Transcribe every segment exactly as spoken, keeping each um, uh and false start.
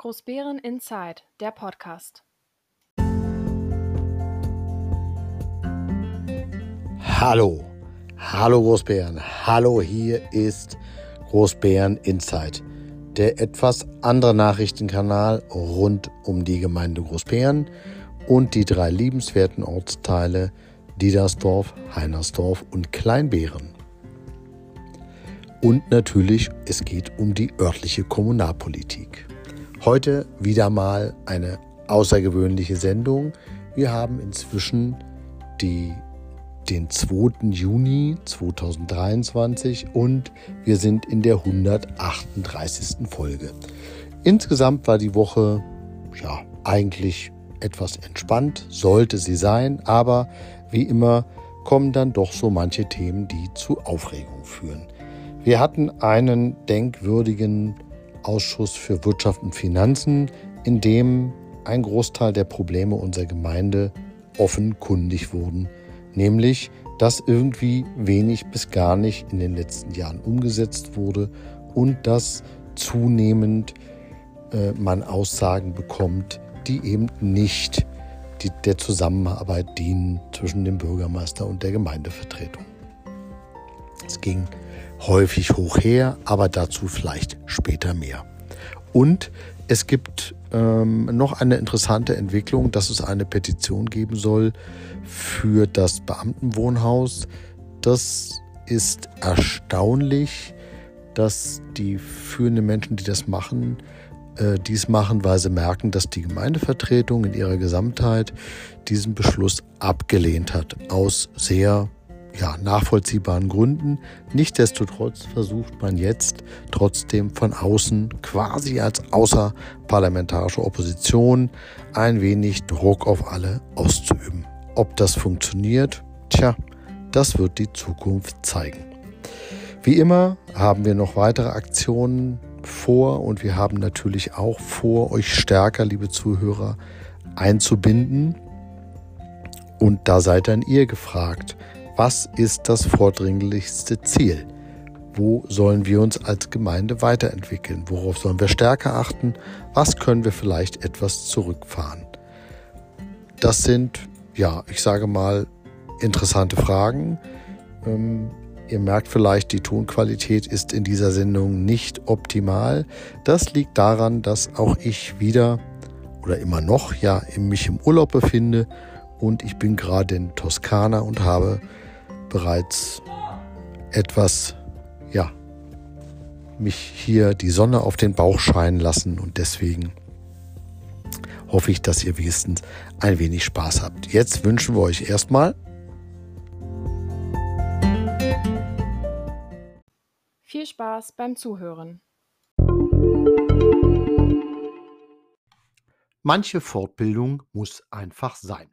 Großbären Inside, der Podcast. Hallo, hallo Großbären, hallo, hier ist Großbären Inside, der etwas andere Nachrichtenkanal rund um die Gemeinde Großbären und die drei liebenswerten Ortsteile Diedersdorf, Heinersdorf und Kleinbären. Und natürlich, es geht um die örtliche Kommunalpolitik. Heute wieder mal eine außergewöhnliche Sendung. Wir haben inzwischen die, den zweiten Juni zweitausenddreiundzwanzig und wir sind in der hundertachtunddreißigsten Folge. Insgesamt war die Woche ja eigentlich etwas entspannt, sollte sie sein, aber wie immer kommen dann doch so manche Themen, die zu Aufregung führen. Wir hatten einen denkwürdigen Ausschuss für Wirtschaft und Finanzen, in dem ein Großteil der Probleme unserer Gemeinde offenkundig wurden, nämlich, dass irgendwie wenig bis gar nicht in den letzten Jahren umgesetzt wurde und dass zunehmend äh, man Aussagen bekommt, die eben nicht die, der Zusammenarbeit dienen zwischen dem Bürgermeister und der Gemeindevertretung. Es ging häufig hoch her, aber dazu vielleicht später mehr. Und es gibt ähm, noch eine interessante Entwicklung, dass es eine Petition geben soll für das Beamtenwohnhaus. Das ist erstaunlich, dass die führenden Menschen, die das machen, äh, dies machen, weil sie merken, dass die Gemeindevertretung in ihrer Gesamtheit diesen Beschluss abgelehnt hat, aus sehr Ja, nachvollziehbaren Gründen. Nichtsdestotrotz versucht man jetzt trotzdem von außen quasi als außerparlamentarische Opposition ein wenig Druck auf alle auszuüben. Ob das funktioniert? Tja, das wird die Zukunft zeigen. Wie immer haben wir noch weitere Aktionen vor und wir haben natürlich auch vor, euch stärker, liebe Zuhörer, einzubinden. Und da seid dann ihr gefragt. Was ist das vordringlichste Ziel? Wo sollen wir uns als Gemeinde weiterentwickeln? Worauf sollen wir stärker achten? Was können wir vielleicht etwas zurückfahren? Das sind, ja, ich sage mal, interessante Fragen. Ähm, ihr merkt vielleicht, die Tonqualität ist in dieser Sendung nicht optimal. Das liegt daran, dass auch ich wieder oder immer noch ja mich im Urlaub befinde und ich bin gerade in Toskana und habe bereits etwas, ja, mich hier die Sonne auf den Bauch scheinen lassen und deswegen hoffe ich, dass ihr wenigstens ein wenig Spaß habt. Jetzt wünschen wir euch erstmal Viel Spaß beim Zuhören. Manche Fortbildung muss einfach sein.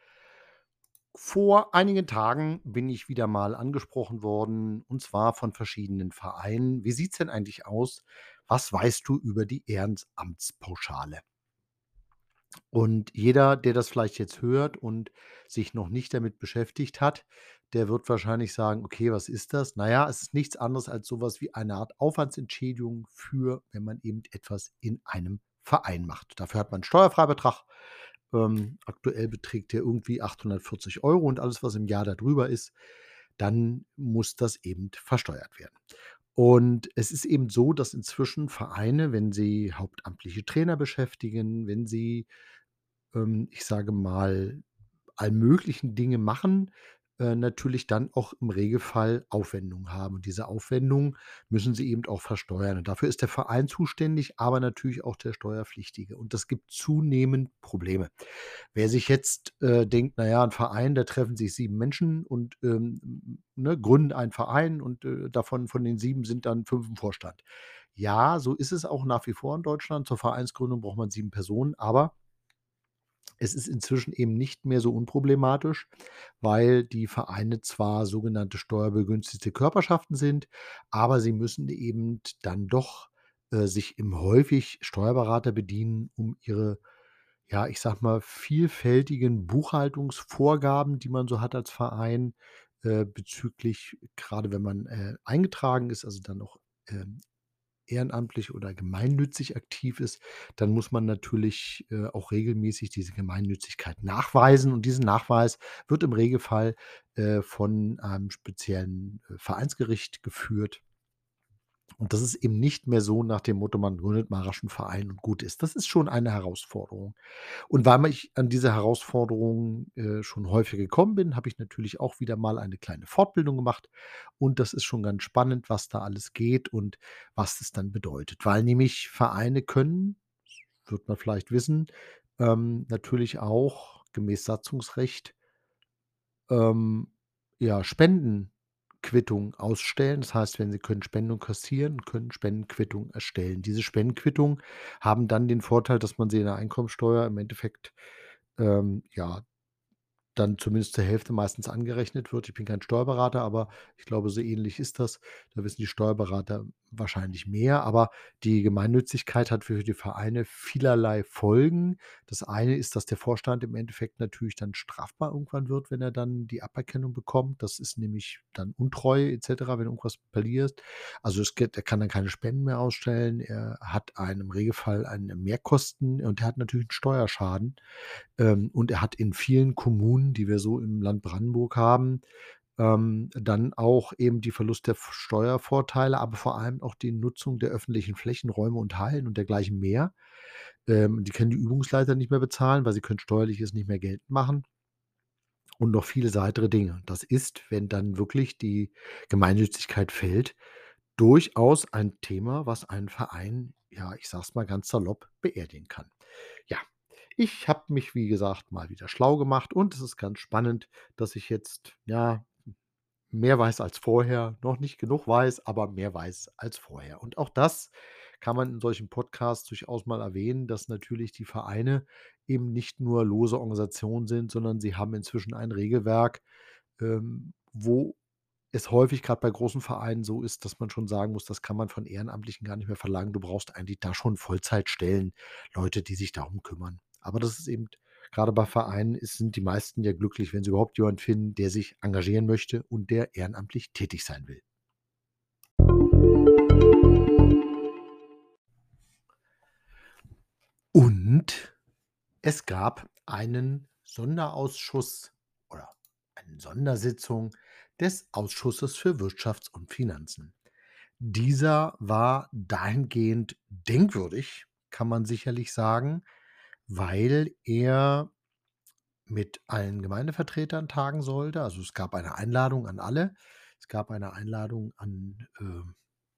Vor einigen Tagen bin ich wieder mal angesprochen worden, und zwar von verschiedenen Vereinen. Wie sieht es denn eigentlich aus? Was weißt du über die Ehrenamtspauschale? Und jeder, der das vielleicht jetzt hört und sich noch nicht damit beschäftigt hat, der wird wahrscheinlich sagen, okay, was ist das? Naja, es ist nichts anderes als sowas wie eine Art Aufwandsentschädigung für, wenn man eben etwas in einem Verein macht. Dafür hat man einen Steuerfreibetrag. Ähm, aktuell beträgt der irgendwie achthundertvierzig Euro und alles, was im Jahr darüber ist, dann muss das eben versteuert werden. Und es ist eben so, dass inzwischen Vereine, wenn sie hauptamtliche Trainer beschäftigen, wenn sie, ähm, ich sage mal, all möglichen Dinge machen, äh, natürlich dann auch im Regelfall Aufwendungen haben. Und diese Aufwendungen müssen sie eben auch versteuern. Und dafür ist der Verein zuständig, aber natürlich auch der Steuerpflichtige. Und das gibt zunehmend Probleme. Wer sich jetzt äh, denkt, naja, ein Verein, da treffen sich sieben Menschen und ähm, ne, gründen einen Verein und äh, davon von den sieben sind dann fünf im Vorstand. Ja, so ist es auch nach wie vor in Deutschland. Zur Vereinsgründung braucht man sieben Personen, aber es ist inzwischen eben nicht mehr so unproblematisch, weil die Vereine zwar sogenannte steuerbegünstigte Körperschaften sind, aber sie müssen eben dann doch äh, sich im häufig Steuerberater bedienen, um ihre, ja, ich sag mal, vielfältigen Buchhaltungsvorgaben, die man so hat als Verein, äh, bezüglich, gerade wenn man äh, eingetragen ist, also dann noch ähm, ehrenamtlich oder gemeinnützig aktiv ist, dann muss man natürlich, äh, auch regelmäßig diese Gemeinnützigkeit nachweisen und diesen Nachweis wird im Regelfall, äh, von einem speziellen, äh, Vereinsgericht geführt. Und das ist eben nicht mehr so nach dem Motto: „Man gründet mal rasch 'n Verein und gut ist.“ Das ist schon eine Herausforderung. Und weil ich an diese Herausforderung, äh, schon häufig gekommen bin, habe ich natürlich auch wieder mal eine kleine Fortbildung gemacht. Und das ist schon ganz spannend, was da alles geht und was es dann bedeutet. Weil nämlich Vereine können, das wird man vielleicht wissen, ähm, natürlich auch gemäß Satzungsrecht ähm, ja, Spendenquittungen ausstellen. Das heißt, wenn sie können Spenden kassieren und können Spendenquittungen erstellen. Diese Spendenquittungen haben dann den Vorteil, dass man sie in der Einkommensteuer im Endeffekt, ähm, ja, dann zumindest zur Hälfte meistens angerechnet wird. Ich bin kein Steuerberater, aber ich glaube, so ähnlich ist das. Da wissen die Steuerberater wahrscheinlich mehr, aber die Gemeinnützigkeit hat für die Vereine vielerlei Folgen. Das eine ist, dass der Vorstand im Endeffekt natürlich dann strafbar irgendwann wird, wenn er dann die Aberkennung bekommt. Das ist nämlich dann Untreue et cetera, wenn irgendwas passiert. Also, es geht er kann dann keine Spenden mehr ausstellen. Er hat einen im Regelfall eine Mehrkosten und er hat natürlich 'n Steuerschaden. Ähm, und er hat in vielen Kommunen, die wir so im Land Brandenburg haben, ähm, dann auch eben die Verlust der F Steuervorteile, aber vor allem auch die Nutzung der öffentlichen Flächen, Räume und Hallen und dergleichen mehr. Ähm, die können die Übungsleiter nicht mehr bezahlen, weil sie können Steuerliches nicht mehr geltend machen. Und noch viele weitere Dinge. Das ist, wenn dann wirklich die Gemeinnützigkeit fällt, durchaus ein Thema, was einen Verein, ja, ich sage es mal ganz salopp, beerdigen kann. Ja, ich habe mich, wie gesagt, mal wieder schlau gemacht und es ist ganz spannend, dass ich jetzt, ja, mehr weiß als vorher. Noch nicht genug weiß, aber mehr weiß als vorher. Und auch das kann man in solchen Podcasts durchaus mal erwähnen, dass natürlich die Vereine eben nicht nur lose Organisationen sind, sondern sie haben inzwischen ein Regelwerk, ähm, wo es häufig grad bei großen Vereinen so ist, dass man schon sagen muss, das kann man von Ehrenamtlichen gar nicht mehr verlangen. Du brauchst eigentlich da schon Vollzeitstellen, Leute, die sich darum kümmern. Aber das ist eben grade bei Vereinen ist sind die meisten ja glücklich, wenn sie überhaupt jemanden finden, der sich engagieren möchte und der ehrenamtlich tätig sein will. Und es gab einen Sonderausschuss oder eine Sondersitzung des Ausschusses für Wirtschafts und Finanzen. Dieser war dahingehend denkwürdig, kann man sicherlich sagen, weil er mit allen Gemeindevertretern tagen sollte. Also, es gab eine Einladung an alle. Es gab eine Einladung an, ähm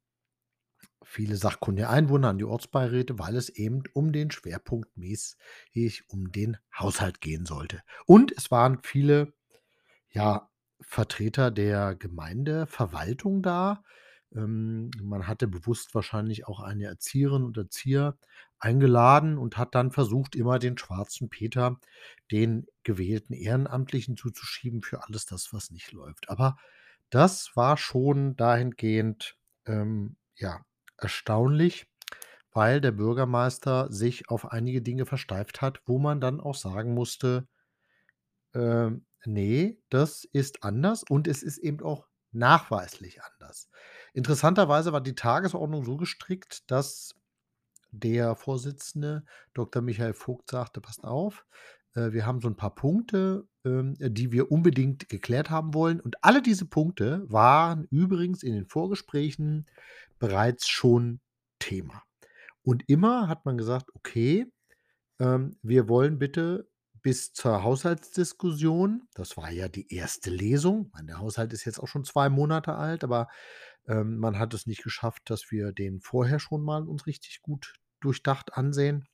viele sachkundige Einwohner, an die Ortsbeiräte, weil es eben um den Schwerpunkt mäßig um den Haushalt gehen sollte. Und es waren viele, ja, Vertreter der Gemeindeverwaltung da. Ähm, man hatte bewusst wahrscheinlich auch eine Erzieherin und Erzieher eingeladen und hat dann versucht, immer den schwarzen Peter den gewählten Ehrenamtlichen zuzuschieben für alles das, was nicht läuft. Aber das war schon dahingehend, ähm, ja, erstaunlich, weil der Bürgermeister sich auf einige Dinge versteift hat, wo man dann auch sagen musste ähm, ne, das ist anders und es ist eben auch nachweislich anders. Interessanterweise war die Tagesordnung so gestrickt, dass der Vorsitzende Doktor Michael Vogt sagte: „Passt auf, äh, wir haben so 'n paar Punkte, ähm, die wir unbedingt geklärt haben wollen.“ Und alle diese Punkte waren übrigens in den Vorgesprächen bereits schon Thema. Und immer hat man gesagt: „Okay, ähm, wir wollen bitte bis zur Haushaltsdiskussion“ das war ja die erste Lesung. Ich meine, der Haushalt ist jetzt auch schon zwei Monate alt, aber, ähm, man hat es nicht geschafft, dass wir den vorher schon mal uns richtig gut durchdacht ansehen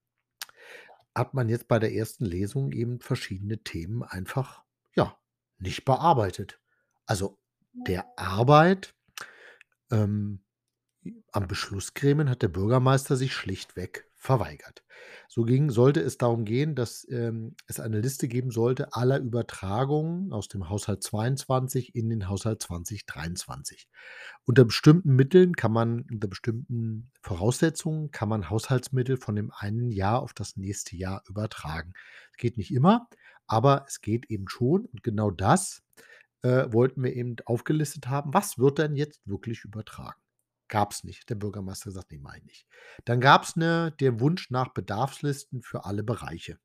hat man jetzt bei der ersten Lesung eben verschiedene Themen einfach, ja, nicht bearbeitet. Also, der Arbeit, ähm, am Beschlussgremien hat der Bürgermeister sich schlichtweg verweigert. So ging sollte es darum gehen, dass, ähm, es eine Liste geben sollte aller Übertragungen aus dem Haushalt zweiundzwanzig in den Haushalt zwanzig dreiundzwanzig. Unter bestimmten Mitteln kann man unter bestimmten Voraussetzungen kann man Haushaltsmittel von dem einen Jahr auf das nächste Jahr übertragen. Es geht nicht immer, aber es geht eben schon und genau das, äh, wollten wir eben aufgelistet haben. Was wird denn jetzt wirklich übertragen? Gab's nicht. Der Bürgermeister sagt: „Ne, mache ich nicht.“ Dann gab's 'ne den Wunsch nach Bedarfslisten für alle Bereiche.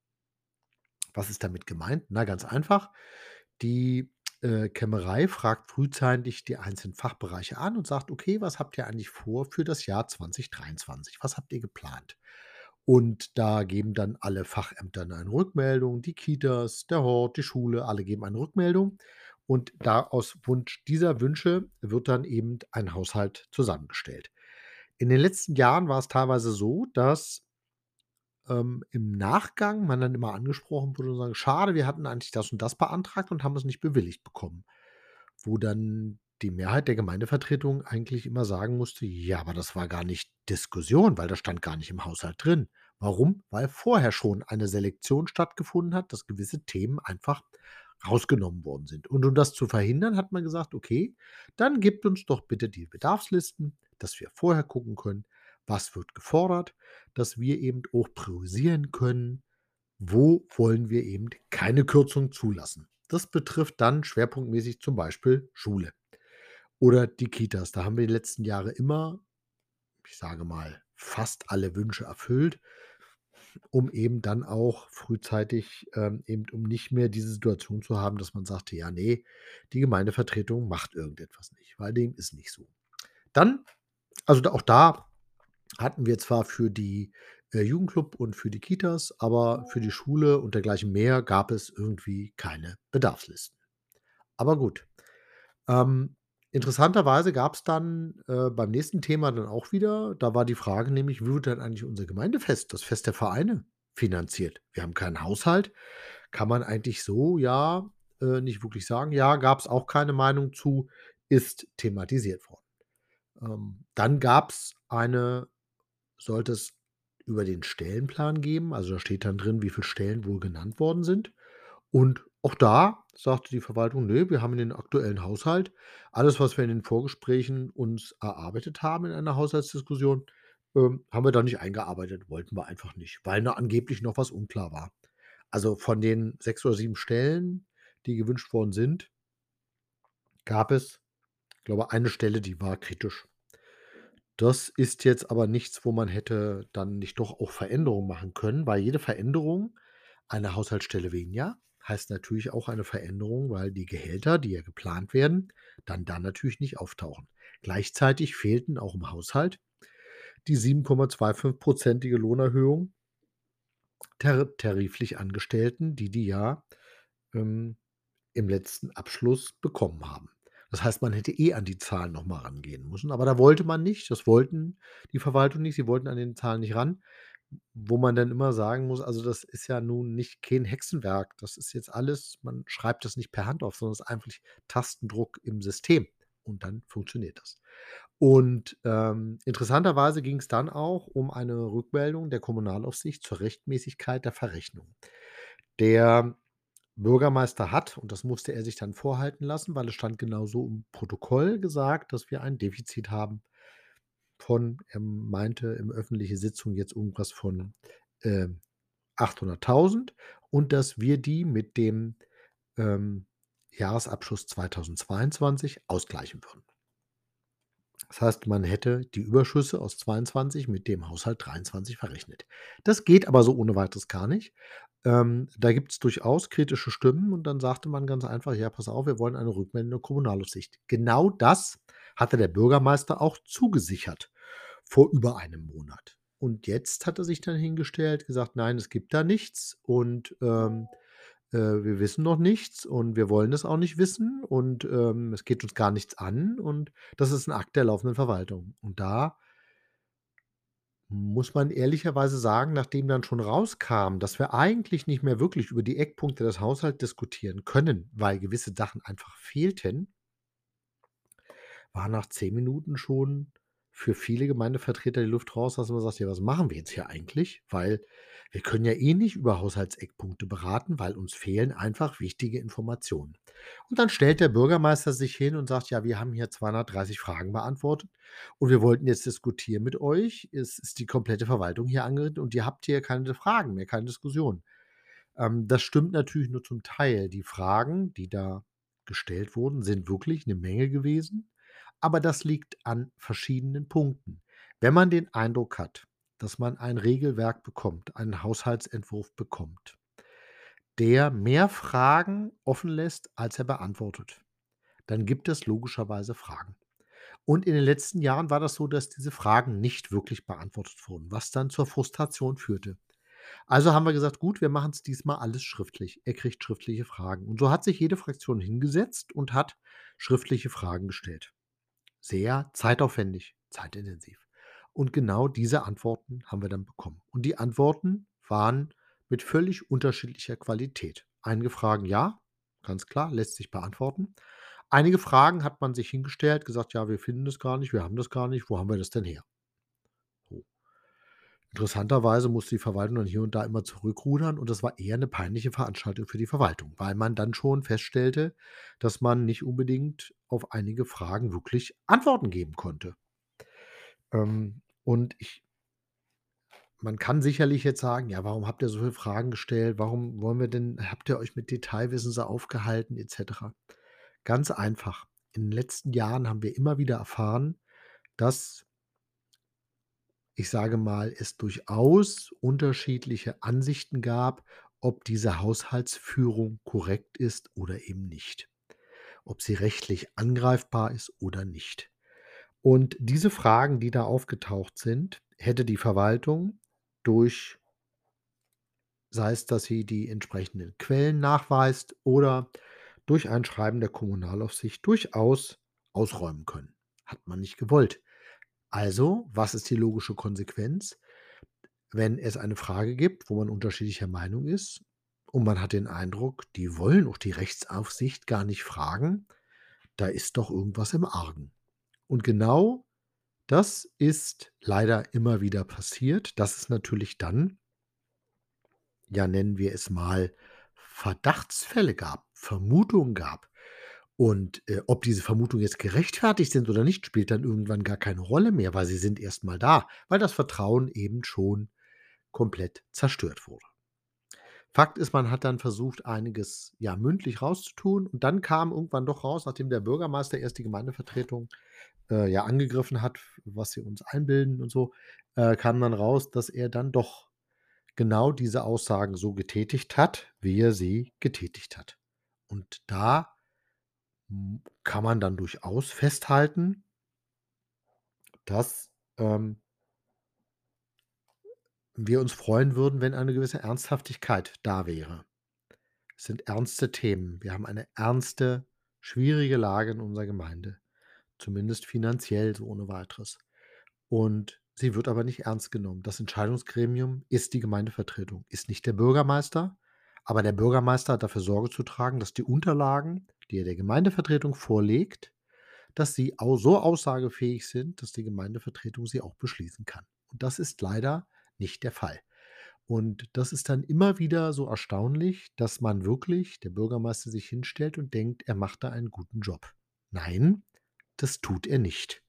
Was ist damit gemeint? Na, ganz einfach. Die, äh, Kämmerei fragt frühzeitig die einzelnen Fachbereiche an und sagt: „Okay, was habt ihr eigentlich vor für das Jahr zwanzig dreiundzwanzig? Was habt ihr geplant?“ Und da geben dann alle Fachämter eine Rückmeldung, die Kitas, der Hort, die Schule, alle geben eine Rückmeldung. Und da aus Wunsch dieser Wünsche wird dann eben ein Haushalt zusammengestellt. In den letzten Jahren war es teilweise so, dass ähm, im Nachgang man dann immer angesprochen wurde und sagen: „Schade, wir hatten eigentlich das und das beantragt und haben es nicht bewilligt bekommen.“ Wo dann die Mehrheit der Gemeindevertretung eigentlich immer sagen musste: „Ja, aber das war gar nicht Diskussion, weil das stand gar nicht im Haushalt drin.“ Warum? Weil vorher schon eine Selektion stattgefunden hat, dass gewisse Themen einfach rausgenommen worden sind. Und um das zu verhindern, hat man gesagt: „Okay, dann gebt uns doch bitte die Bedarfslisten, dass wir vorher gucken können, was wird gefordert, dass wir eben auch priorisieren können, wo wollen wir eben keine Kürzung zulassen.“ Das betrifft dann schwerpunktmäßig zum Beispiel Schule oder die Kitas. Da haben wir die letzten Jahre immer, ich sage mal, fast alle Wünsche erfüllt, um eben dann auch frühzeitig, ähm, eben um nicht mehr diese Situation zu haben, dass man sagte: „Ja, ne, die Gemeindevertretung macht irgendetwas nicht“, weil dem ist nicht so. Dann also da auch da hatten wir zwar für die, äh, Jugendclub und für die Kitas, aber für die Schule und dergleichen mehr gab es irgendwie keine Bedarfslisten. Aber gut. Ähm, interessanterweise gab's dann, äh, beim nächsten Thema dann auch wieder da war die Frage nämlich: „Wie wird denn eigentlich unser Gemeindefest, das Fest der Vereine, finanziert? Wir haben keinen Haushalt.“ Kann man eigentlich so, ja, äh, nicht wirklich sagen. Ja, gab's auch keine Meinung zu, ist thematisiert worden. Ähm, dann gab's eine sollte es über den Stellenplan geben. Also, da steht dann drin, wie viel Stellen wohl genannt worden sind. Und auch da sagte die Verwaltung: „Ne, wir haben in den aktuellen Haushalt alles, was wir in den Vorgesprächen uns erarbeitet haben in einer Haushaltsdiskussion, ähm, haben wir da nicht eingearbeitet, wollten wir einfach nicht, weil da angeblich noch was unklar war.“ Also, von den sechs oder sieben Stellen, die gewünscht worden sind gab es, glaube, eine Stelle, die war kritisch. Das ist jetzt aber nichts, wo man hätte dann nicht doch auch Veränderungen machen können, weil jede Veränderung einer Haushaltsstelle weniger heißt natürlich auch eine Veränderung, weil die Gehälter, die ja geplant werden, dann da natürlich nicht auftauchen. Gleichzeitig fehlten auch im Haushalt die sieben Komma fünfundzwanzig Lohnerhöhung der tariflich Angestellten, die die ja, ähm, im letzten Abschluss bekommen haben. Das heißt, man hätte eh an die Zahlen noch mal rangehen müssen, aber da wollte man nicht. Das wollten die Verwaltung nicht. Sie wollten an den Zahlen nicht ran, wo man dann immer sagen muss: „Also, das ist ja nun nicht kein Hexenwerk. Das ist jetzt alles man schreibt das nicht per Hand auf, sondern es ist einfach Tastendruck im System und dann funktioniert das.“ Und, ähm, interessanterweise ging's dann auch um eine Rückmeldung der Kommunalaufsicht zur Rechtmäßigkeit der Verrechnung. Der Bürgermeister hat, und das musste er sich dann vorhalten lassen, weil es stand genauso im Protokoll gesagt, dass wir ein Defizit haben von er meinte im öffentliche Sitzung jetzt irgendwas von, ähm, achthunderttausend und dass wir die mit dem, ähm, Jahresabschluss zweitausendzweiundzwanzig ausgleichen würden. Das heißt, man hätte die Überschüsse aus zweiundzwanzig mit dem Haushalt dreiundzwanzig verrechnet. Das geht aber so ohne Weiteres gar nicht. Ähm, da gibt's durchaus kritische Stimmen und dann sagte man ganz einfach: „Ja, pass auf, wir wollen eine Rückmeldung der Kommunalaufsicht.“ Genau das hatte der Bürgermeister auch zugesichert vor über einem Monat. Und jetzt hat er sich dann hingestellt, gesagt: „Nein, es gibt da nichts und, ähm, äh, wir wissen noch nichts und wir wollen es auch nicht wissen und, ähm, es geht uns gar nichts an und das ist 'n Akt der laufenden Verwaltung.“ Und da muss man ehrlicherweise sagen, nachdem dann schon rauskam, dass wir eigentlich nicht mehr wirklich über die Eckpunkte des Haushalts diskutieren können, weil gewisse Sachen einfach fehlten war nach zehn Minuten schon für viele Gemeindevertreter die Luft raus, dass man sagt: „Ja, was machen wir jetzt hier eigentlich? Weil wir können ja eh nicht über Haushaltseckpunkte beraten, weil uns fehlen einfach wichtige Informationen.“ Und dann stellt der Bürgermeister sich hin und sagt: „Ja, wir haben hier zweihundertdreißig Fragen beantwortet und wir wollten jetzt diskutieren mit euch. Es ist die komplette Verwaltung hier angeritten und ihr habt hier keine Fragen mehr, keine Diskussion.“ Ähm, das stimmt natürlich nur zum Teil. Die Fragen, die da gestellt wurden, sind wirklich 'ne Menge gewesen. Aber das liegt an verschiedenen Punkten. Wenn man den Eindruck hat, dass man ein Regelwerk bekommt, einen Haushaltsentwurf bekommt, der mehr Fragen offen lässt, als er beantwortet, dann gibt es logischerweise Fragen. Und in den letzten Jahren war das so, dass diese Fragen nicht wirklich beantwortet wurden, was dann zur Frustration führte. Also haben wir gesagt: „Gut, wir machen es diesmal alles schriftlich.“ Er kriegt schriftliche Fragen. Und so hat sich jede Fraktion hingesetzt und hat schriftliche Fragen gestellt. Sehr zeitaufwendig, zeitintensiv. Und genau diese Antworten haben wir dann bekommen. Und die Antworten waren mit völlig unterschiedlicher Qualität. Einige Fragen ja, ganz klar, lässt sich beantworten. Einige Fragen hat man sich hingestellt, gesagt: „Ja, wir finden das gar nicht, wir haben das gar nicht. Wo haben wir das denn her?“ So. Interessanterweise musste die Verwaltung dann hier und da immer zurückrudern und das war eher 'ne peinliche Veranstaltung für die Verwaltung, weil man dann schon feststellte, dass man nicht unbedingt auf einige Fragen wirklich Antworten geben konnte. Ähm, und ich man kann sicherlich jetzt sagen: „Ja, warum habt ihr so viele Fragen gestellt? Warum wollen wir denn habt ihr euch mit Detailwissen so aufgehalten et cetera?“ Ganz einfach. In den letzten Jahren haben wir immer wieder erfahren, dass ich sage mal, es durchaus unterschiedliche Ansichten gab, ob diese Haushaltsführung korrekt ist oder eben nicht. Ob sie rechtlich angreifbar ist oder nicht. Und diese Fragen, die da aufgetaucht sind, hätte die Verwaltung durch sei es, dass sie die entsprechenden Quellen nachweist oder durch ein Schreiben der Kommunalaufsicht durchaus ausräumen können. Hat man nicht gewollt. Also, was ist die logische Konsequenz? Wenn es eine Frage gibt, wo man unterschiedlicher Meinung ist und man hat den Eindruck, die wollen auch die Rechtsaufsicht gar nicht fragen, da ist doch irgendwas im Argen. Und genau das ist leider immer wieder passiert, dass es natürlich dann ja, nennen wir es mal, Verdachtsfälle gab, Vermutungen gab. Und, äh, ob diese Vermutungen jetzt gerechtfertigt sind oder nicht, spielt dann irgendwann gar keine Rolle mehr, weil sie sind erst mal da, weil das Vertrauen eben schon komplett zerstört wurde. Fakt ist, man hat dann versucht, einiges, ja, mündlich rauszutun und dann kam irgendwann doch raus, nachdem der Bürgermeister erst die Gemeindevertretung, äh, ja, angegriffen hat, was sie uns einbilden und so, äh, kam dann raus, dass er dann doch genau diese Aussagen so getätigt hat, wie er sie getätigt hat. Und da hm, kann man dann durchaus festhalten dass, ähm wir uns freuen würden, wenn eine gewisse Ernsthaftigkeit da wäre. Es sind ernste Themen. Wir haben eine ernste, schwierige Lage in unserer Gemeinde, zumindest finanziell so ohne Weiteres. Und sie wird aber nicht ernst genommen. Das Entscheidungsgremium ist die Gemeindevertretung, ist nicht der Bürgermeister, aber der Bürgermeister hat dafür Sorge zu tragen, dass die Unterlagen, die er der Gemeindevertretung vorlegt, dass sie au so aussagefähig sind, dass die Gemeindevertretung sie auch beschließen kann. Und das ist leider nicht der Fall. Und das ist dann immer wieder so erstaunlich, dass man wirklich der Bürgermeister sich hinstellt und denkt, er macht da einen guten Job. Nein, das tut er nicht.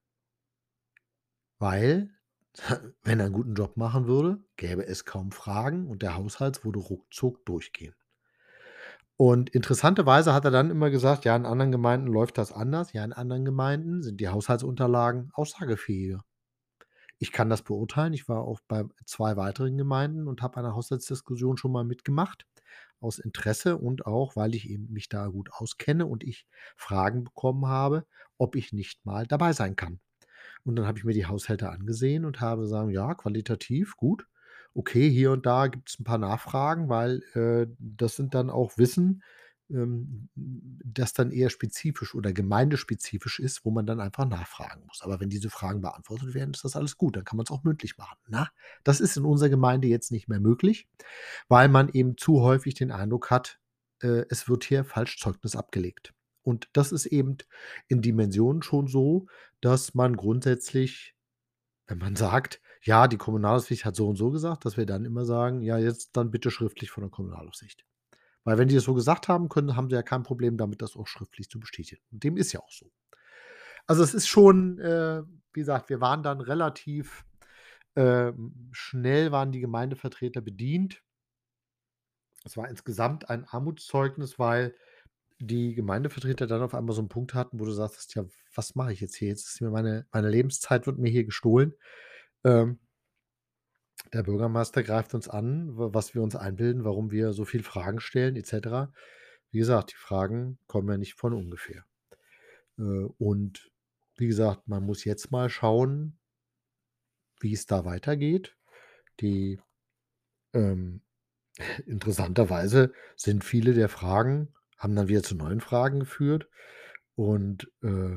Weil, wenn er 'n guten Job machen würde, gäbe es kaum Fragen und der Haushalt würde ruckzuck durchgehen. Und interessanterweise hat er dann immer gesagt: „Ja, in anderen Gemeinden läuft das anders.“ Ja, in anderen Gemeinden sind die Haushaltsunterlagen aussagefähiger. Ich kann das beurteilen. Ich war auch bei zwei weiteren Gemeinden und habe eine Haushaltsdiskussion schon mal mitgemacht, aus Interesse und auch, weil ich eben mich da gut auskenne und ich Fragen bekommen habe, ob ich nicht mal dabei sein kann. Und dann habe ich mir die Haushalte angesehen und habe sagen: „Ja, qualitativ gut. Okay, hier und da gibt's 'n paar Nachfragen, weil, äh, das sind dann auch Wissen, ähm, das dann eher spezifisch oder gemeindespezifisch ist, wo man dann einfach nachfragen muss. Aber wenn diese Fragen beantwortet werden, ist das alles gut, dann kann man's auch mündlich machen.“ Na, das ist in unserer Gemeinde jetzt nicht mehr möglich, weil man eben zu häufig den Eindruck hat, äh, es wird hier falsch Zeugnis abgelegt. Und das ist eben in Dimensionen schon so, dass man grundsätzlich, wenn man sagt: „Ja, die Kommunalaufsicht hat so und so gesagt“, dass wir dann immer sagen: „Ja, jetzt dann bitte schriftlich von der Kommunalaufsicht.“ Weil wenn die das so gesagt haben, können haben sie ja kein Problem damit, das auch schriftlich zu bestätigen. Und dem ist ja auch so. Also, es ist schon, äh wie gesagt, wir waren dann relativ, ähm schnell waren die Gemeindevertreter bedient. Es war insgesamt ein Armutszeugnis, weil die Gemeindevertreter dann auf einmal so 'n Punkt hatten, wo du sagtest: „Ja, was mache ich jetzt hier? Jetzt ist mir meine meine Lebenszeit wird mir hier gestohlen. Ähm, der Bürgermeister greift uns an, w was wir uns einbilden, warum wir so viel Fragen stellen et cetera." Wie gesagt, die Fragen kommen ja nicht von ungefähr. Äh, und wie gesagt, man muss jetzt mal schauen, wie es da weitergeht. Die, ähm interessanterweise sind viele der Fragen haben dann wieder zu neuen Fragen geführt und, äh,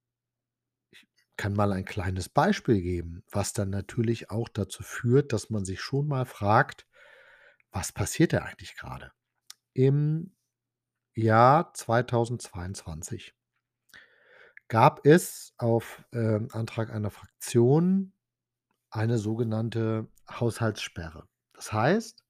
kann mal ein kleines Beispiel geben, was dann natürlich auch dazu führt, dass man sich schon mal fragt: „Was passiert da eigentlich grade?" Im Jahr zweitausendzweiundzwanzig gab es auf, ähm, Antrag einer Fraktion eine sogenannte Haushaltssperre. Das heißt,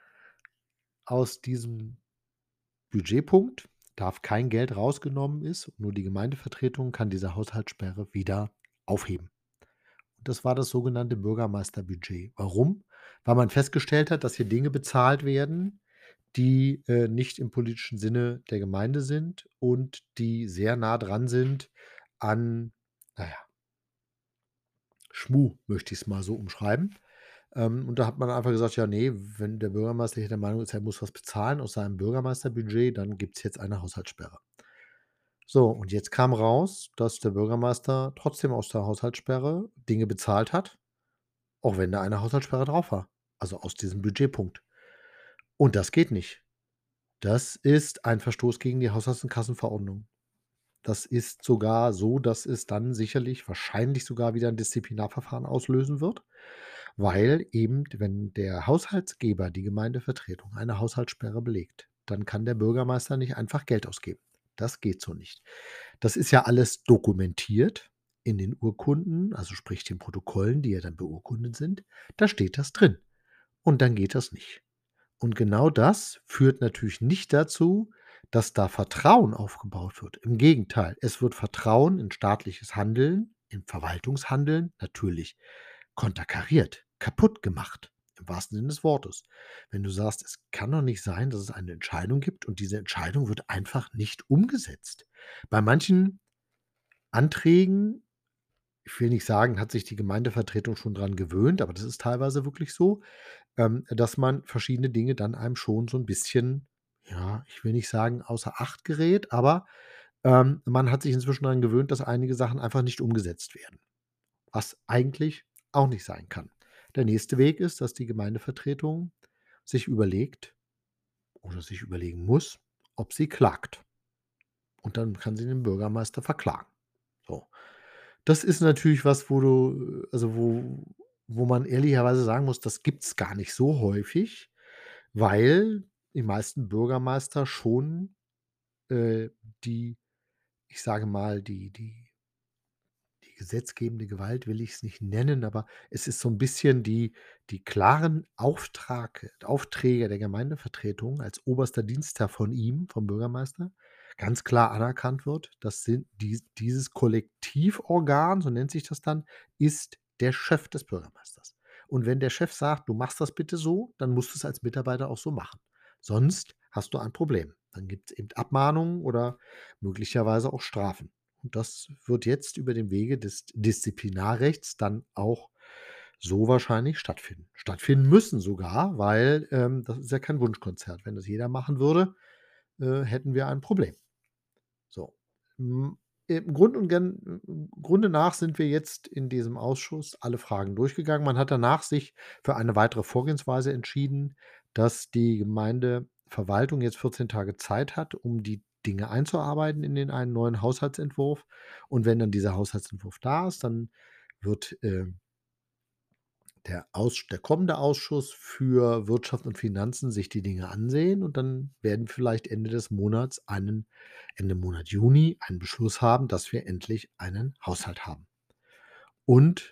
aus diesem Budgetpunkt darf kein Geld rausgenommen ist, nur die Gemeindevertretung kann diese Haushaltssperre wieder aufheben. Und das war das sogenannte Bürgermeisterbudget. Warum? Weil man festgestellt hat, dass hier Dinge bezahlt werden, die, äh, nicht im politischen Sinne der Gemeinde sind und die sehr nah dran sind an, na ja, Schmuh, möchte ich's mal so umschreiben. Ähm, und da hat man einfach gesagt: „Ja, ne, wenn der Bürgermeister hier der Meinung ist, er muss was bezahlen aus seinem Bürgermeisterbudget, dann gibt's jetzt eine Haushaltssperre." So, und jetzt kam raus, dass der Bürgermeister trotzdem aus der Haushaltssperre Dinge bezahlt hat, auch wenn da eine Haushaltssperre drauf war, also aus diesem Budgetpunkt. Und das geht nicht. Das ist ein Verstoß gegen die Haushalts und Kassenverordnung. Das ist sogar so, dass es dann sicherlich wahrscheinlich sogar wieder 'n Disziplinarverfahren auslösen wird, weil eben, wenn der Haushaltsgeber, die Gemeindevertretung, eine Haushaltssperre belegt, dann kann der Bürgermeister nicht einfach Geld ausgeben. Das geht so nicht. Das ist ja alles dokumentiert in den Urkunden, also sprich den Protokollen, die ja dann beurkundet sind. Da steht das drin. Und dann geht das nicht. Und genau das führt natürlich nicht dazu, dass da Vertrauen aufgebaut wird. Im Gegenteil, es wird Vertrauen in staatliches Handeln, in Verwaltungshandeln natürlich konterkariert, kaputt gemacht, im wahrsten Sinne des Wortes. Wenn du sagst: „Es kann doch nicht sein, dass es eine Entscheidung gibt und diese Entscheidung wird einfach nicht umgesetzt." Bei manchen Anträgen, ich will nicht sagen, hat sich die Gemeindevertretung schon dran gewöhnt, aber das ist teilweise wirklich so, ähm, dass man verschiedene Dinge dann einem schon so 'n bisschen, ja, ich will nicht sagen, außer Acht gerät, aber, ähm, man hat sich inzwischen dran gewöhnt, dass einige Sachen einfach nicht umgesetzt werden, was eigentlich auch nicht sein kann. Der nächste Weg ist, dass die Gemeindevertretung sich überlegt oder sich überlegen muss, ob sie klagt. Und dann kann sie den Bürgermeister verklagen. So. Das ist natürlich was, wo du also, wo wo man ehrlicherweise sagen muss, das gibt's gar nicht so häufig, weil die meisten Bürgermeister schon, äh, die ich sage mal, die die die gesetzgebende Gewalt will ich's nicht nennen, aber es ist so 'n bisschen die die klaren Auftrag Aufträge der Gemeindevertretung als oberster Dienstherr von ihm, vom Bürgermeister, ganz klar anerkannt wird. Das sind dies dieses Kollektivorgan, so nennt sich das dann, ist der Chef des Bürgermeisters. Und wenn der Chef sagt: „Du machst das bitte so", dann musst du's als Mitarbeiter auch so machen. Sonst hast du ein Problem. Dann gibt's eben Abmahnungen oder möglicherweise auch Strafen. Und das wird jetzt über den Wege des Disziplinarrechts dann auch so wahrscheinlich stattfinden. Stattfinden müssen sogar, weil, ähm, das ist ja kein Wunschkonzert. Wenn das jeder machen würde, äh, hätten wir ein Problem. So, hm, im Grund und gan im Grunde nach sind wir jetzt in diesem Ausschuss alle Fragen durchgegangen. Man hat danach sich für eine weitere Vorgehensweise entschieden, dass die Gemeindeverwaltung jetzt vierzehn Tage Zeit hat, um die Dinge einzuarbeiten in den einen neuen Haushaltsentwurf. Und wenn dann dieser Haushaltsentwurf da ist, dann wird, ähm der Auss der kommende Ausschuss für Wirtschaft und Finanzen sich die Dinge ansehen und dann werden vielleicht Ende des Monats einen Ende Monat Juni einen Beschluss haben, dass wir endlich einen Haushalt haben. Und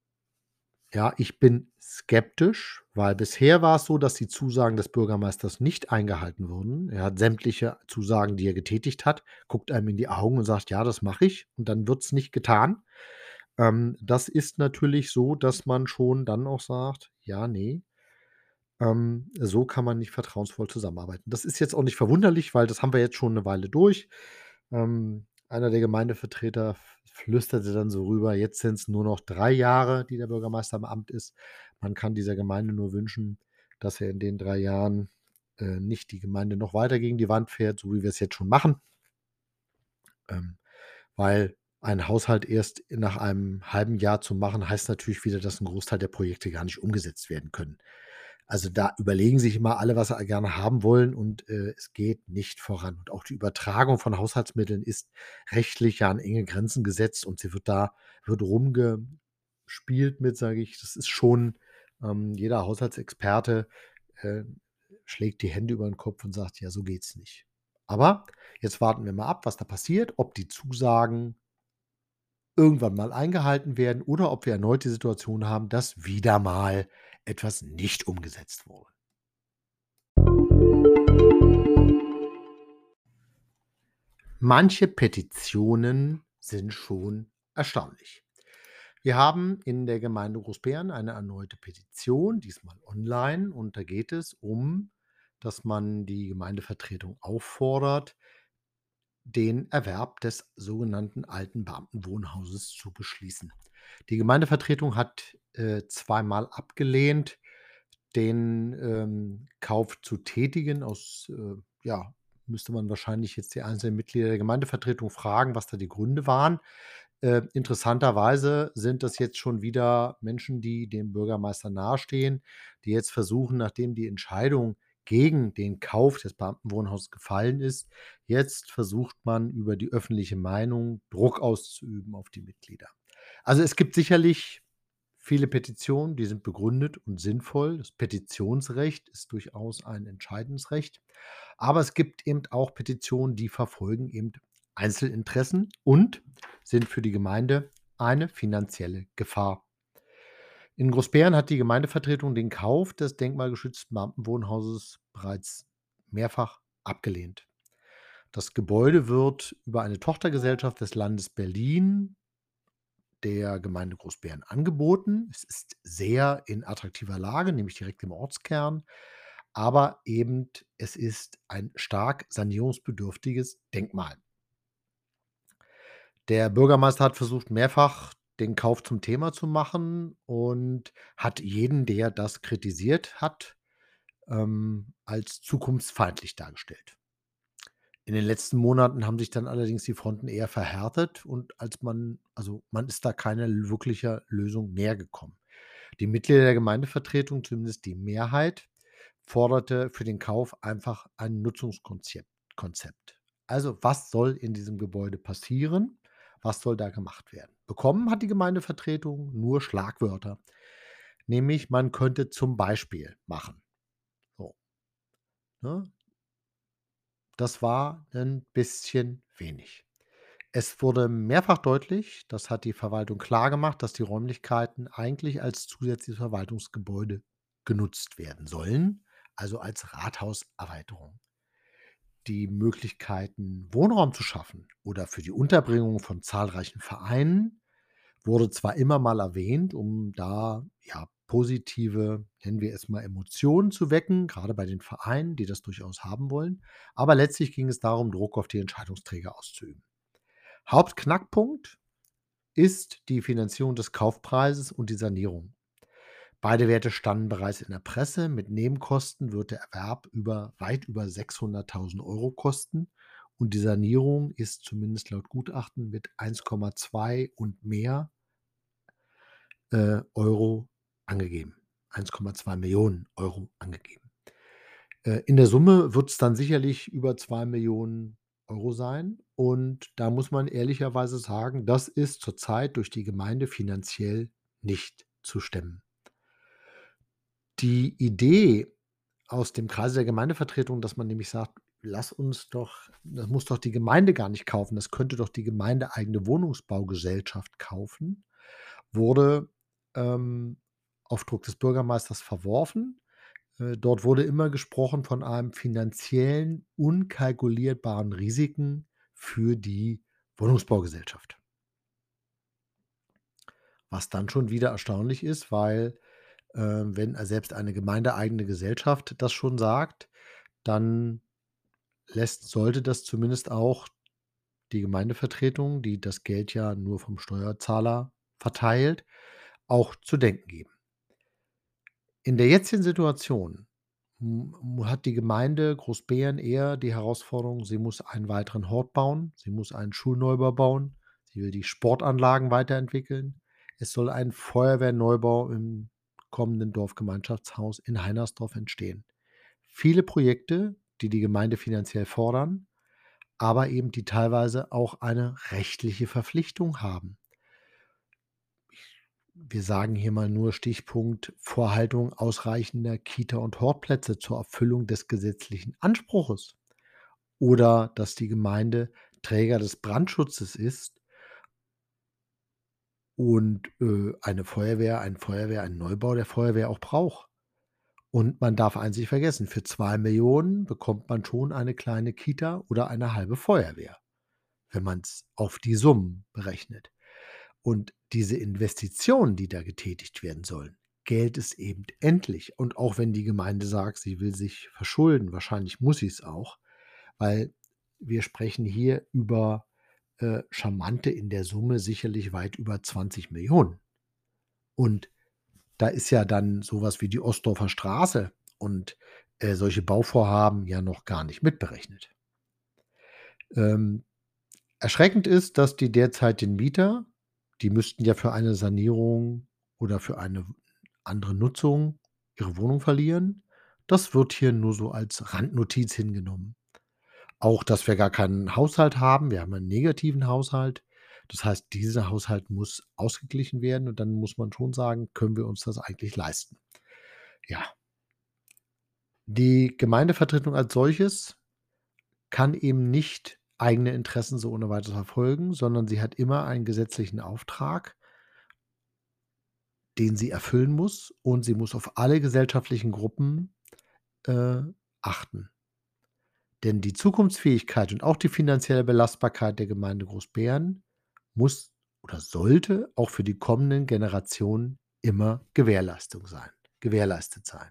ja, ich bin skeptisch, weil bisher war's so, dass die Zusagen des Bürgermeisters nicht eingehalten wurden. Er hat sämtliche Zusagen, die er getätigt hat guckt einem in die Augen und sagt: „Ja, das mache ich." Und dann wird's nicht getan. Ähm, das ist natürlich so, dass man schon dann auch sagt: „Ja, ne" Ähm, so kann man nicht vertrauensvoll zusammenarbeiten. Das ist jetzt auch nicht verwunderlich, weil das haben wir jetzt schon 'ne Weile durch. Ähm, einer der Gemeindevertreter f flüsterte dann so rüber: „Jetzt sind's nur noch drei Jahre, die der Bürgermeister im Amt ist. Man kann dieser Gemeinde nur wünschen, dass er in den drei Jahren, äh, nicht die Gemeinde noch weiter gegen die Wand fährt, so wie wir's jetzt schon machen.“ Ähm, weil ein Haushalt erst nach einem halben Jahr zu machen, heißt natürlich wieder, dass 'n Großteil der Projekte gar nicht umgesetzt werden können. Also, da überlegen sich immer alle, was sie gerne haben wollen und, äh, es geht nicht voran. Und auch die Übertragung von Haushaltsmitteln ist rechtlich ja an enge Grenzen gesetzt und sie wird da wird rumgespielt mit, sage ich. Das ist schon ähm, jeder Haushaltsexperte, äh, schlägt die Hände über 'n Kopf und sagt: „Ja, so geht's nicht.“ Aber jetzt warten wir mal ab, was da passiert, ob die Zusagen irgendwann mal eingehalten werden oder ob wir erneut die Situation haben, dass wieder mal etwas nicht umgesetzt wurde. Manche Petitionen sind schon erstaunlich. Wir haben in der Gemeinde Großbeeren eine erneute Petition, diesmal online, und da geht es um, dass man die Gemeindevertretung auffordert, den Erwerb des sogenannten alten Beamtenwohnhauses zu beschließen. Die Gemeindevertretung hat, äh, zweimal abgelehnt, den, ähm, Kauf zu tätigen aus äh, ja, müsste man wahrscheinlich jetzt die einzelnen Mitglieder der Gemeindevertretung fragen, was da die Gründe waren. Äh, interessanterweise sind das jetzt schon wieder Menschen, die dem Bürgermeister nahestehen, die jetzt versuchen, nachdem die Entscheidung gegen den Kauf des Beamtenwohnhauses gefallen ist, jetzt versucht man über die öffentliche Meinung Druck auszuüben auf die Mitglieder. Also, es gibt sicherlich viele Petitionen, die sind begründet und sinnvoll. Das Petitionsrecht ist durchaus ein entscheidendes Recht. Aber es gibt eben auch Petitionen, die verfolgen eben Einzelinteressen und sind für die Gemeinde eine finanzielle Gefahr. In Großbeeren hat die Gemeindevertretung den Kauf des denkmalgeschützten Beamtenwohnhauses bereits mehrfach abgelehnt. Das Gebäude wird über eine Tochtergesellschaft des Landes Berlin der Gemeinde Großbeeren angeboten. Es ist sehr in attraktiver Lage, nämlich direkt im Ortskern, aber eben es ist ein stark sanierungsbedürftiges Denkmal. Der Bürgermeister hat versucht, mehrfach den Kauf zum Thema zu machen und hat jeden, der das kritisiert hat, ähm, als zukunftsfeindlich dargestellt. In den letzten Monaten haben sich dann allerdings die Fronten eher verhärtet und als man also, man ist da keiner l wirklicher Lösung nähergekommen. Die Mitglieder der Gemeindevertretung, zumindest die Mehrheit, forderte für den Kauf einfach ein Nutzungskonzept Konzept. Also, was soll in diesem Gebäude passieren? Was soll da gemacht werden? Bekommen hat die Gemeindevertretung nur Schlagwörter, nämlich man könnte zum Beispiel machen. So, ne? Das war 'n bisschen wenig. Es wurde mehrfach deutlich, das hat die Verwaltung klargemacht, dass die Räumlichkeiten eigentlich als zusätzliches Verwaltungsgebäude genutzt werden sollen, also als Rathauserweiterung. Die Möglichkeiten, Wohnraum zu schaffen oder für die Unterbringung von zahlreichen Vereinen wurde zwar immer mal erwähnt, um da, ja, positive, nennen wir es mal, Emotionen zu wecken, grade bei den Vereinen, die das durchaus haben wollen, aber letztlich ging es darum, Druck auf die Entscheidungsträger auszuüben. Hauptknackpunkt ist die Finanzierung des Kaufpreises und die Sanierung. Beide Werte standen bereits in der Presse. Mit Nebenkosten wird der Erwerb über weit über sechshunderttausend Euro kosten und die Sanierung ist zumindest laut Gutachten mit eins Komma zwei und mehr äh, Euro angegeben. eins Komma zwei Millionen Euro angegeben. Äh, in der Summe wird's dann sicherlich über zwei Millionen Euro sein und da muss man ehrlicherweise sagen, das ist zurzeit durch die Gemeinde finanziell nicht zu stemmen. Die Idee aus dem Kreise der Gemeindevertretung, dass man nämlich sagt: „Lass uns doch das muss doch die Gemeinde gar nicht kaufen, das könnte doch die gemeindeeigene Wohnungsbaugesellschaft kaufen“, wurde, ähm, auf Druck des Bürgermeisters verworfen. Äh, dort wurde immer gesprochen von einem finanziellen, unkalkulierbaren Risiken für die Wohnungsbaugesellschaft. Was dann schon wieder erstaunlich ist, weil Ähm, wenn selbst eine gemeindeeigene Gesellschaft das schon sagt, dann lässt sollte das zumindest auch die Gemeindevertretung, die das Geld ja nur vom Steuerzahler verteilt, auch zu denken geben. In der jetzigen Situation m m hat die Gemeinde Großbeeren eher die Herausforderung, sie muss einen weiteren Hort bauen, sie muss einen Schulneubau bauen, sie will die Sportanlagen weiterentwickeln. Es soll ein Feuerwehrneubau im kommenden Dorfgemeinschaftshaus in Heinersdorf entstehen. Viele Projekte, die die Gemeinde finanziell fordern, aber eben die teilweise auch eine rechtliche Verpflichtung haben. Wir sagen hier mal nur Stichpunkt Vorhaltung ausreichender Kita und Hortplätze zur Erfüllung des gesetzlichen Anspruches oder dass die Gemeinde Träger des Brandschutzes ist und, äh, eine Feuerwehr ein Feuerwehr einen Neubau der Feuerwehr auch braucht. Und man darf eins nicht vergessen, für zwei Millionen bekommt man schon eine kleine Kita oder eine halbe Feuerwehr, wenn man's auf die Summen berechnet. Und diese Investitionen, die da getätigt werden sollen, Geld ist eben endlich. Und auch wenn die Gemeinde sagt, sie will sich verschulden, wahrscheinlich muss sie's auch, weil wir sprechen hier über, äh, Charmante in der Summe sicherlich weit über zwanzig Millionen. Und da ist ja dann so was wie die Ostdorfer Straße und, äh, solche Bauvorhaben ja noch gar nicht mitberechnet. Ähm, erschreckend ist, dass die derzeitigen Mieter die müssten ja für eine Sanierung oder für eine w andere Nutzung ihre Wohnung verlieren. Das wird hier nur so als Randnotiz hingenommen. Auch, dass wir gar keinen Haushalt haben. Wir haben einen negativen Haushalt. Das heißt, dieser Haushalt muss ausgeglichen werden und dann muss man schon sagen: „Können wir uns das eigentlich leisten?“ Ja. Die Gemeindevertretung als solches kann eben nicht eigene Interessen so ohne Weiteres verfolgen, sondern sie hat immer einen gesetzlichen Auftrag den sie erfüllen muss und sie muss auf alle gesellschaftlichen Gruppen, äh, achten. Denn die Zukunftsfähigkeit und auch die finanzielle Belastbarkeit der Gemeinde Großbeeren muss oder sollte auch für die kommenden Generationen immer Gewährleistung sein gewährleistet sein.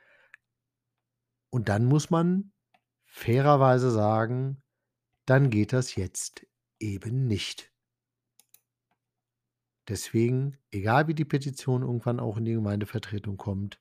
Und dann muss man fairerweise sagen: „Dann geht das jetzt eben nicht.“ Deswegen, egal wie die Petition irgendwann auch in die Gemeindevertretung kommt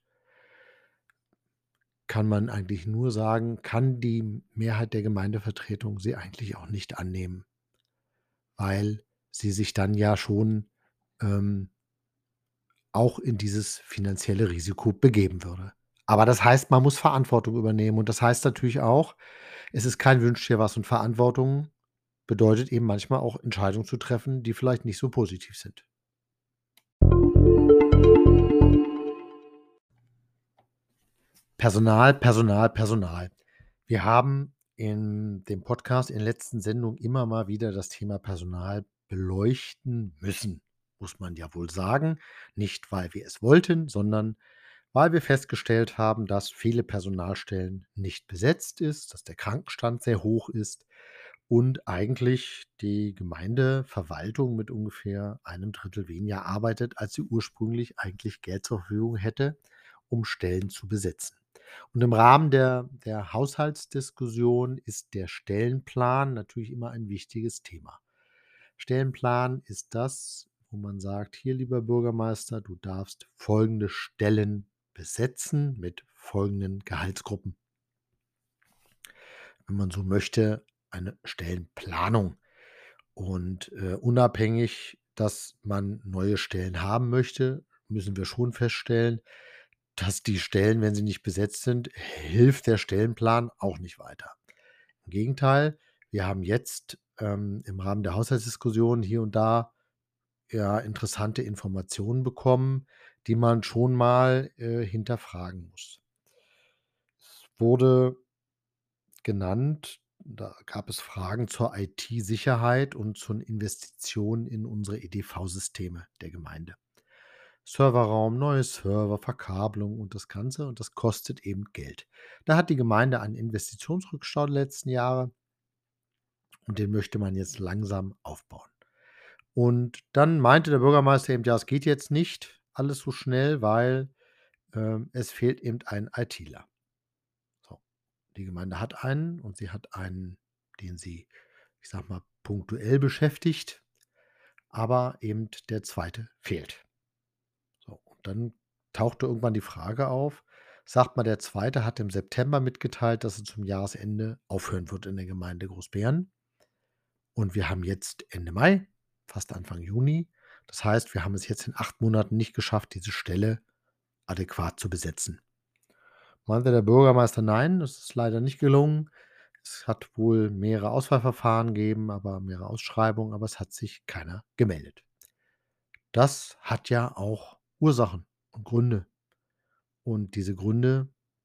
kann man eigentlich nur sagen, kann die Mehrheit der Gemeindevertretung sie eigentlich auch nicht annehmen. Weil sie sich dann ja schon, ähm auch in dieses finanzielle Risiko begeben würde. Aber das heißt, man muss Verantwortung übernehmen und das heißt natürlich auch, es ist kein Wünsch dir was und Verantwortung bedeutet eben manchmal auch Entscheidungen zu treffen, die vielleicht nicht so positiv sind. Personal, Personal, Personal. Wir haben in dem Podcast in den letzten Sendungen immer mal wieder das Thema Personal beleuchten müssen, muss man ja wohl sagen. Nicht, weil wir es wollten, sondern weil wir festgestellt haben, dass viele Personalstellen nicht besetzt ist, dass der Krankenstand sehr hoch ist und eigentlich die Gemeindeverwaltung mit ungefähr einem Drittel weniger arbeitet, als sie ursprünglich eigentlich Geld zur Verfügung hätte, um Stellen zu besetzen. Und im Rahmen der der Haushaltsdiskussion ist der Stellenplan natürlich immer ein wichtiges Thema. Stellenplan ist das, wo man sagt: „Hier, lieber Bürgermeister, du darfst folgende Stellen besetzen mit folgenden Gehaltsgruppen.“ Wenn man so möchte, eine Stellenplanung. Und, äh, unabhängig, dass man neue Stellen haben möchte, müssen wir schon feststellen, dass die Stellen, wenn sie nicht besetzt sind, hilft der Stellenplan auch nicht weiter. Im Gegenteil, wir haben jetzt, ähm, im Rahmen der Haushaltsdiskussion hier und da, ja, interessante Informationen bekommen, die man schon mal, äh, hinterfragen muss. Es wurde genannt, da gab es Fragen zur IT-Sicherheit und zu 'n Investitionen in unsere EDV-Systeme der Gemeinde. Serverraum, neue Server, Verkabelung und das Ganze und das kostet eben Geld. Da hat die Gemeinde einen Investitionsrückstau der letzten Jahre und den möchte man jetzt langsam aufbauen. Und dann meinte der Bürgermeister eben: „Ja, es geht jetzt nicht alles so schnell, weil“ ähm, es fehlt eben ein ITler. So, die Gemeinde hat einen und sie hat einen, den sie, ich sag mal, punktuell beschäftigt, aber eben der zweite fehlt. So, und dann tauchte irgendwann die Frage auf, sagt mal, der zweite hat im September mitgeteilt, dass er zum Jahresende aufhören wird in der Gemeinde Großbeeren. Und wir haben jetzt Ende Mai, fast Anfang Juni. Das heißt, wir haben es jetzt in acht Monaten nicht geschafft, diese Stelle adäquat zu besetzen. Meinte der Bürgermeister, nein, das ist leider nicht gelungen. Es hat wohl mehrere Auswahlverfahren gegeben, aber mehrere Ausschreibungen, aber es hat sich keiner gemeldet. Das hat ja auch Ursachen und Gründe. Und diese Gründe,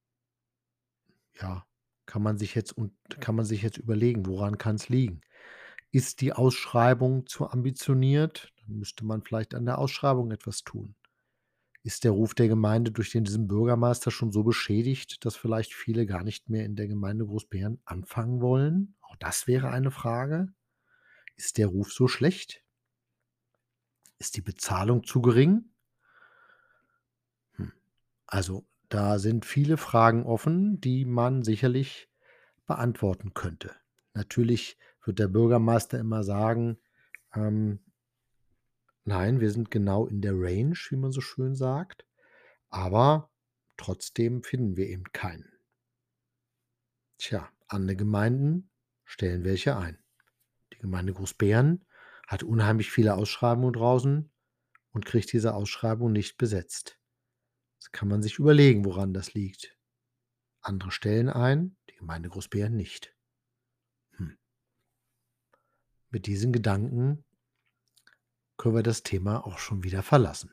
ja, kann man sich jetzt und kann man sich jetzt überlegen, woran kann es liegen? Ist die Ausschreibung zu ambitioniert? Dann müsste man vielleicht an der Ausschreibung etwas tun. Ist der Ruf der Gemeinde durch den diesen Bürgermeister schon so beschädigt, dass vielleicht viele gar nicht mehr in der Gemeinde Großbeeren anfangen wollen? Auch das wäre eine Frage. Ist der Ruf so schlecht? Ist die Bezahlung zu gering? Hm. Also, da sind viele Fragen offen, die man sicherlich beantworten könnte. Natürlich wird der Bürgermeister immer sagen, ähm, nein, wir sind genau in der Range, wie man so schön sagt, aber trotzdem finden wir eben keinen. Tja, andere Gemeinden stellen welche ein. Die Gemeinde Großbeeren hat unheimlich viele Ausschreibungen draußen und kriegt diese Ausschreibung nicht besetzt. Jetzt kann man sich überlegen, woran das liegt. Andere stellen ein, die Gemeinde Großbeeren nicht. Hm. Mit diesen Gedanken können wir das Thema auch schon wieder verlassen.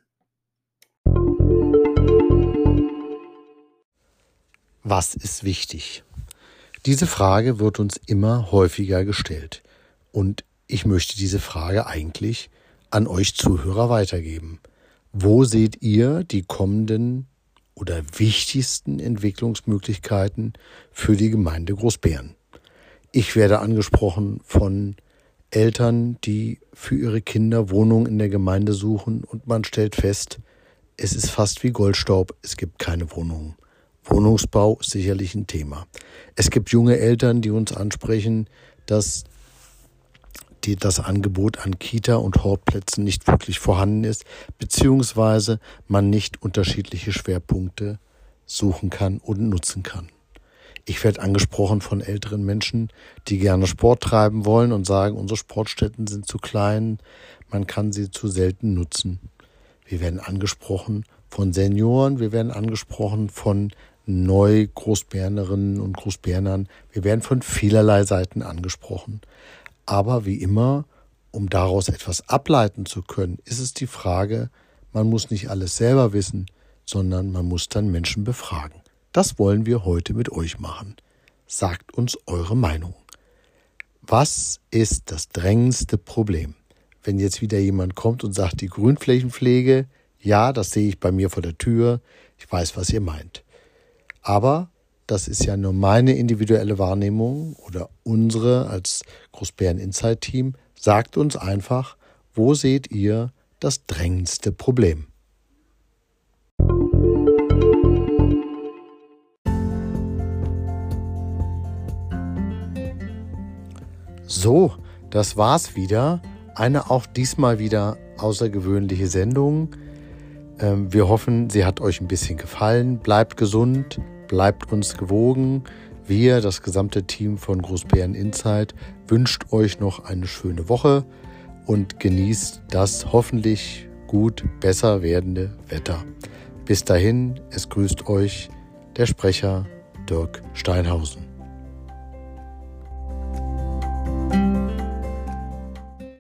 Was ist wichtig? Diese Frage wird uns immer häufiger gestellt und ich möchte diese Frage eigentlich an euch Zuhörer weitergeben. Wo seht ihr die kommenden oder wichtigsten Entwicklungsmöglichkeiten für die Gemeinde Großbeeren? Ich werde angesprochen von Eltern, die für ihre Kinder Wohnungen in der Gemeinde suchen und man stellt fest, es ist fast wie Goldstaub, es gibt keine Wohnungen. Wohnungsbau ist sicherlich ein Thema. Es gibt junge Eltern, die uns ansprechen, dass die, das Angebot an Kita- und Hortplätzen nicht wirklich vorhanden ist, beziehungsweise man nicht unterschiedliche Schwerpunkte suchen kann und nutzen kann. Ich werde angesprochen von älteren Menschen, die gerne Sport treiben wollen und sagen, unsere Sportstätten sind zu klein, man kann sie zu selten nutzen. Wir werden angesprochen von Senioren, wir werden angesprochen von Neu-Großbeernerinnen und Großbeernern, wir werden von vielerlei Seiten angesprochen. Aber wie immer, um daraus etwas ableiten zu können, ist es die Frage, man muss nicht alles selber wissen, sondern man muss dann Menschen befragen. Das wollen wir heute mit euch machen. Sagt uns eure Meinung. Was ist das drängendste Problem? Wenn jetzt wieder jemand kommt und sagt, die Grünflächenpflege, ja, das sehe ich bei mir vor der Tür, ich weiß, was ihr meint. Aber das ist ja nur meine individuelle Wahrnehmung oder unsere als Großbeeren Insight Team. Sagt uns einfach, wo seht ihr das drängendste Problem? So, das war's wieder. Eine auch diesmal wieder außergewöhnliche Sendung. Ähm, wir hoffen, sie hat euch ein bisschen gefallen. Bleibt gesund, bleibt uns gewogen. Wir, das gesamte Team von Großbeeren Insight, wünscht euch noch eine schöne Woche und genießt das hoffentlich gut besser werdende Wetter. Bis dahin, es grüßt euch der Sprecher Dirk Steinhausen.